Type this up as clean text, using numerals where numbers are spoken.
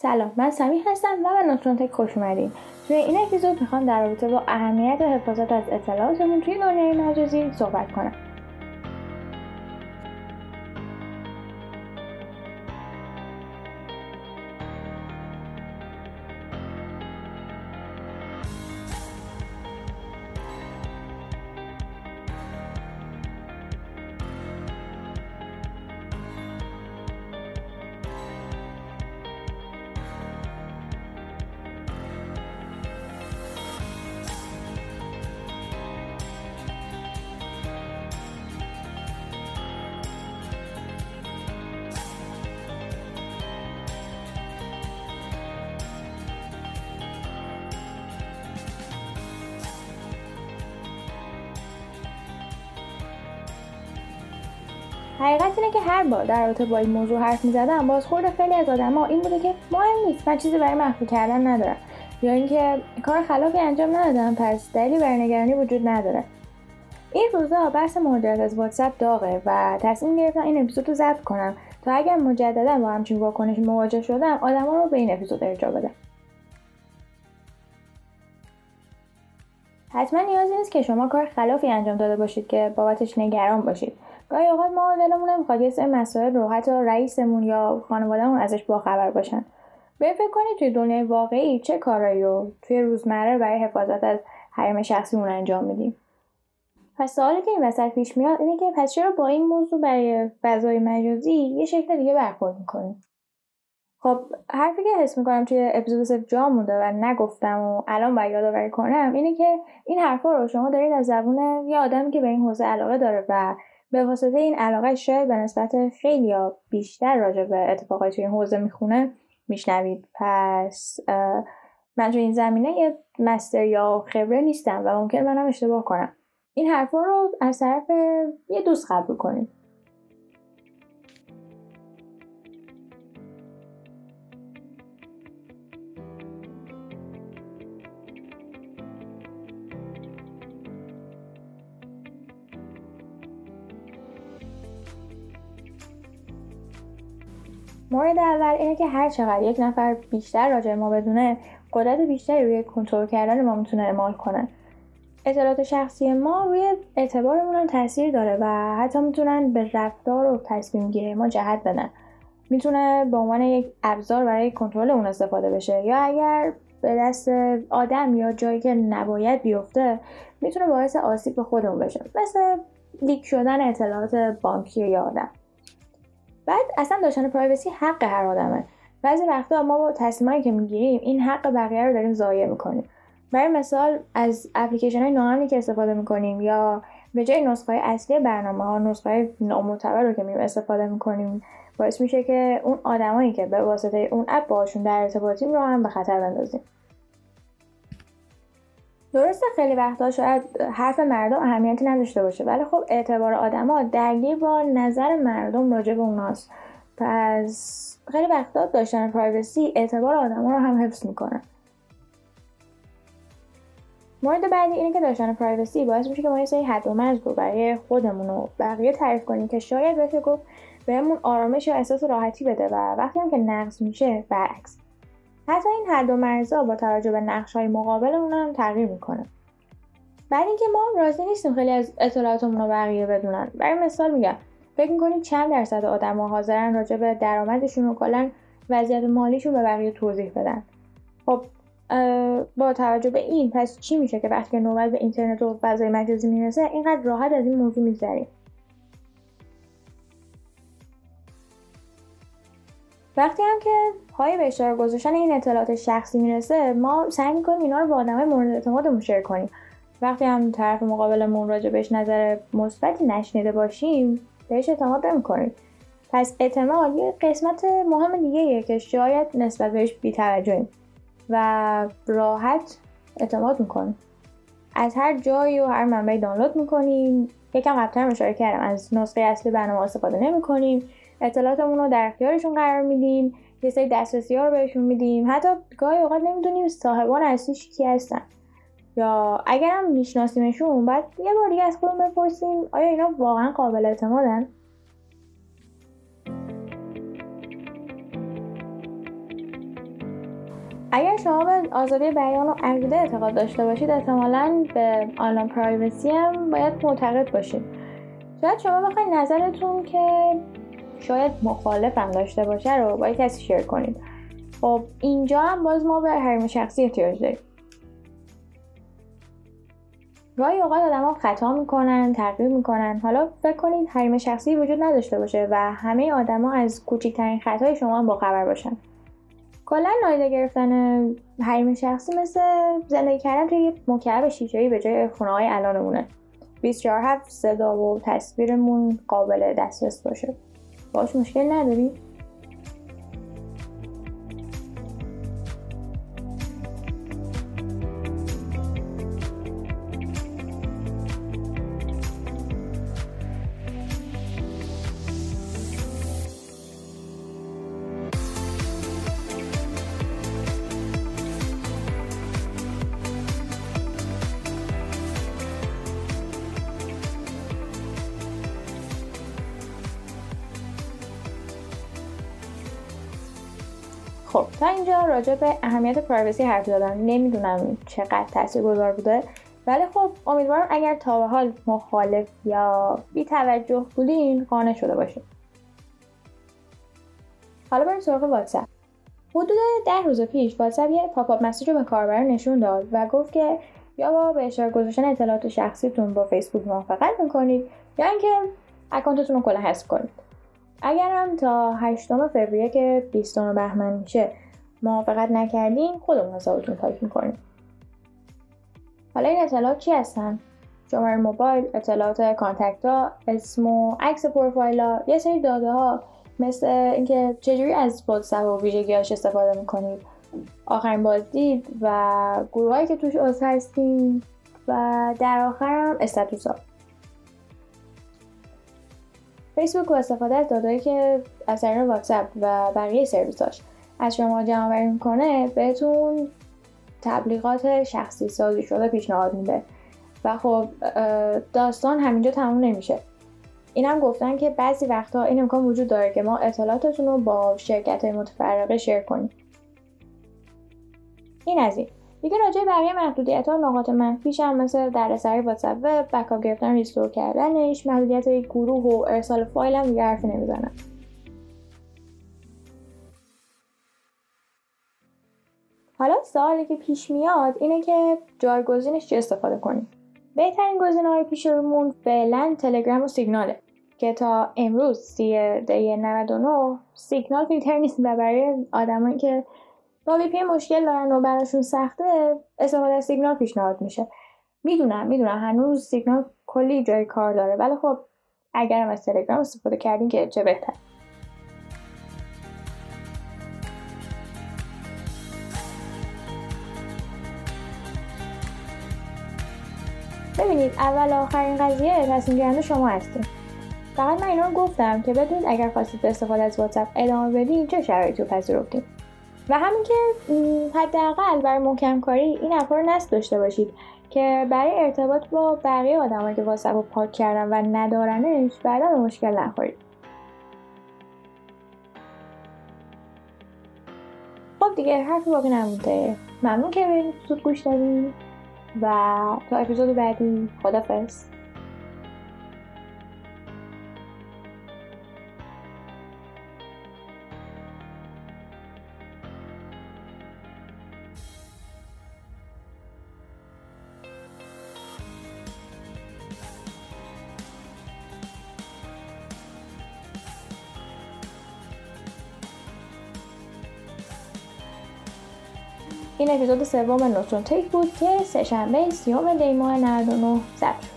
سلام، من سمیح هستم و به نوترون تک خوش اومدین. توی این اپیزود میخوام در رابطه با اهمیت حفاظت از اطلاعاتمون توی دنیای مجازی صحبت کنم. حقیقت اینه که هر بار در رابطه با این موضوع حرف می‌زدم بازخورد خیلی از آدما این بوده که مهم نیست، من چیزی برای مخفی کردن ندارم، یا اینکه کار خلافی انجام ندادم پس دلیلی برای نگرانی وجود نداره. این روزا بحث مهاجرت از واتساپ داغه و تصمیم گرفتم این اپیزود رو ضبط کنم تا اگر مجددا با همچین واکنشی مواجه شدم آدما رو به این اپیزود ارجاع بدم. حتما نیازی نیست که شما کار خلافی انجام داده باشید که بابتش نگران باشید. گاهی اوقات ما دلمون نمیخواد یه سری مسائل رو حتی رئیسمون یا خانواده‌مون ازش باخبر باشن. فکر کنید توی دنیای واقعی چه کارایی رو توی روزمره برای حفاظت از حریم شخصیمون انجام میدیم. پس سوالی که این وسط پیش میاد اینه که پس چرا با این موضوع برای فضای مجازی یه شکل دیگه برخورد میکنیم؟ خب حرفی که حس میکنم توی اپیزود 0 جا مونده و نگفتم و الان باید یادآوری کنم اینه که این حرفا رو شما دارید از زبون یه آدمی که به این حوزه علاقه داره و به واسطه این علاقه شاید به نسبت خیلی یا بیشتر راجع به اتفاقای توی این حوزه میخونه میشنوید. پس من توی این زمینه یه مستر یا خبره نیستم و ممکن منم اشتباه کنم. این حرفا رو از طرف یه دوست قبول کنید. مورد اول اینه که هر چقدر یک نفر بیشتر راجع ما بدونه قدرت بیشتری روی کنترل کردن ما میتونه اعمال کنه. اطلاعات شخصی ما روی اعتبارمون هم تاثیر داره و حتی میتونن به رفتار و تصمیم گیری ما جهت بدن. میتونه به عنوان یک ابزار برای کنترل اون استفاده بشه یا اگر به دست آدم یا جایی که نباید بیفته میتونه باعث آسیب به خودمون بشه، مثل لیک شدن اطلاعات بانکی یا آدم. بعد اصلا داشتن پرایوسی حق هر آدمه. بعضی وقتا ما با تصمیمایی که میگیریم این حق بقیه رو داریم ضایع میکنیم. برای مثال از اپلیکیشن‌های ناامنی که استفاده میکنیم یا به جای نسخه‌های اصلی برنامه‌ها نسخه‌های نامعتبر رو که می‌ریم استفاده میکنیم باعث میشه که اون آدمایی که به واسطه اون اپ باشون در ارتباطیم رو هم به خطر بندازیم. درسته خیلی وقتا شاید حرف مردم اهمیتی نداشته باشه، ولی خب اعتبار آدما درگیر با نظر مردم راجع به اوناست. پس خیلی وقتا داشتن پرایوسی اعتبار آدما رو هم حفظ میکنه. مورد بعدی اینه که داشتن پرایوسی باعث میشه که ما یه سری حد و مرز رو برای خودمون و بقیه تعریف کنیم که شاید بشه گفت بهمون آرامش یا احساس راحتی بده و وقتی هم که نقض میشه برعکس. حتی این حد و مرزها با توجه به نقش‌های مقابلمون هم تغییر میکنه. بعد اینکه ما راضی نیستیم خیلی از اطلاعاتمون رو بقیه بدونن. برای مثال میگم فکر می‌کنید چند درصد آدم‌ها حاضرن راجع به درآمدشون و کلاً وضعیت مالیشون به بقیه توضیح بدن؟ خب با توجه به این پس چی میشه که وقتی نوبت به اینترنت و فضای مجازی میرسه اینقدر راحت از این موضوع میگذریم؟ وقتی هم که پای به اشتراک گذاشتن این اطلاعات شخصی میرسه ما سعی میکنیم اینا رو با آدمای مورد اعتمادمون شیر کنیم. وقتی هم طرف مقابلمون راجع بهش نظر مثبتی نشنیده باشیم بهش اعتماد نمی‌کنیم. پس اعتماد یه قسمت مهم دیگه‌ایه که شاید نسبت بهش بی‌توجهیم و راحت اعتماد میکنیم. از هر جایی و هر منبعی دانلود میکنیم. یکم قبل‌تر اشاره کردم از نسخه اصلی برنامه استفاده نمی‌کنیم. اطلاعاتمون رو در اختیارشون قرار میدیم. یه سری دسترسی‌ها رو بهشون میدیم. حتی گاهی اوقات نمیدونیم صاحبان اصلیش کی هستن. یا اگرم میشناسیمشون بعد یه بار دیگه از خودمون بپرسیم آیا اینا واقعا قابل اعتمادن؟ اگر شما به آزادی بیان و عقیده اعتقاد داشته باشید، احتمالاً به آنلاین پرایوسی هم باید معتقد باشید. شاید شما بخواید نظرتون که شاید مخالفم داشته باشه رو با کسی شیر کنید. خب اینجا هم باز ما به حریم شخصی احتیاج داریم. گاهی اوقات آدم‌ها خطا میکنن، تغییر میکنن. حالا فکر کنید حریم شخصی وجود نداشته باشه و همه آدما از کوچکترین خطای شما با خبر باشن. کلا نادیده گرفتن حریم شخصی مثل زندگی کردن توی یک مکعب شیشه‌ای به جای خونه‌های الانمونه. 24/7 صدا و تصویرمون قابل دسترس باشه. باهاش مشکل نداری؟ خب تا اینجا راجع به اهمیت پرایوسی حرف زدم. نمیدونم چقدر تاثیرگذار بوده، ولی خب امیدوارم اگر تا به حال مخالف یا بی توجه بودین قانع شده باشه. حالا بریم سراغ واتساپ. حدود 10 روز پیش واتساپ یه پاپ آپ مسیج رو به کاربران نشون داد و گفت که یا با به اشتراک گذاشتن اطلاعات شخصیتون با فیسبوک موافقت میکنید یا اینکه اکانتتون رو کلا حذف کنید. اگر هم تا 8 فوریه که 20 بهمن میشه موافقت نکردین، خودمون حسابتون پاک میکنیم. حالا این اطلاعات چی هستن؟ شماره موبایل، اطلاعات کانتکت‌ها، اسم و عکس پروفایل‌ها، یه سری داده‌ها مثل اینکه چجوری از واتساپ و ویژگی‌هاش استفاده میکنید، آخرین بازدید و گروهایی که توش عضو هستین و در آخر هم استاتوس‌ها. فیسبوک با استفاده از داده‌ای که از طریق واتساپ و بقیه سرویس‌هاش از شما جمع‌آوری میکنه بهتون تبلیغات شخصی سازی شده پیشنهاد میده و خب داستان همینجا تموم نمیشه. اینم گفتن که بعضی وقتا این امکان وجود داره که ما اطلاعاتتون رو با شرکت‌های متفرقه شیر کنیم. این از این. دیگه راجع به بقیه محدودیت‌ها و نقاط منفیش هم مثل دردسر واتساپ و بکاپ گرفتن، ریستور کردنش، محدودیت گروه و ارسال فایل هم دیگه حرفی نمیزنم. حالا سوالی که پیش میاد اینه که جایگزینش چه استفاده کنیم. بهترین گزینه‌های پیش رومون فعلا تلگرام و سیگناله که تا امروز 99 سیگنال فیلتر نیست و برای آدمایی که با وی پی مشکل دارن و براشون سخته استفاده از سیگنال پیشنهاد میشه. میدونم هنوز سیگنال کلی جای کار داره، ولی خب اگرم از تلگرام استفاده کردین که چه بهتر. ببینید اول آخرین قضیه تصمیم گیرنده شما هستید. فقط من اینا رو گفتم که بدونید اگر خواستید به استفاده از واتساپ ادامه بدین چه شرایطی رو پذیرفتین. و همین که حداقل برای محکم کاری این اپا رو نصب داشته باشید که برای ارتباط با بقیه آدمایی که واتساپ رو پاک کردن و ندارنش بعدا به مشکل نخورید. خب دیگه حرفی باقی نمونده. ممنون که به این اپیزود گوش دادین و تا اپیزود بعدی خدافظ. این اپیزود 3 نوترون تک بود که سه‌شنبه 30 دی ماه 99 ضبط شد.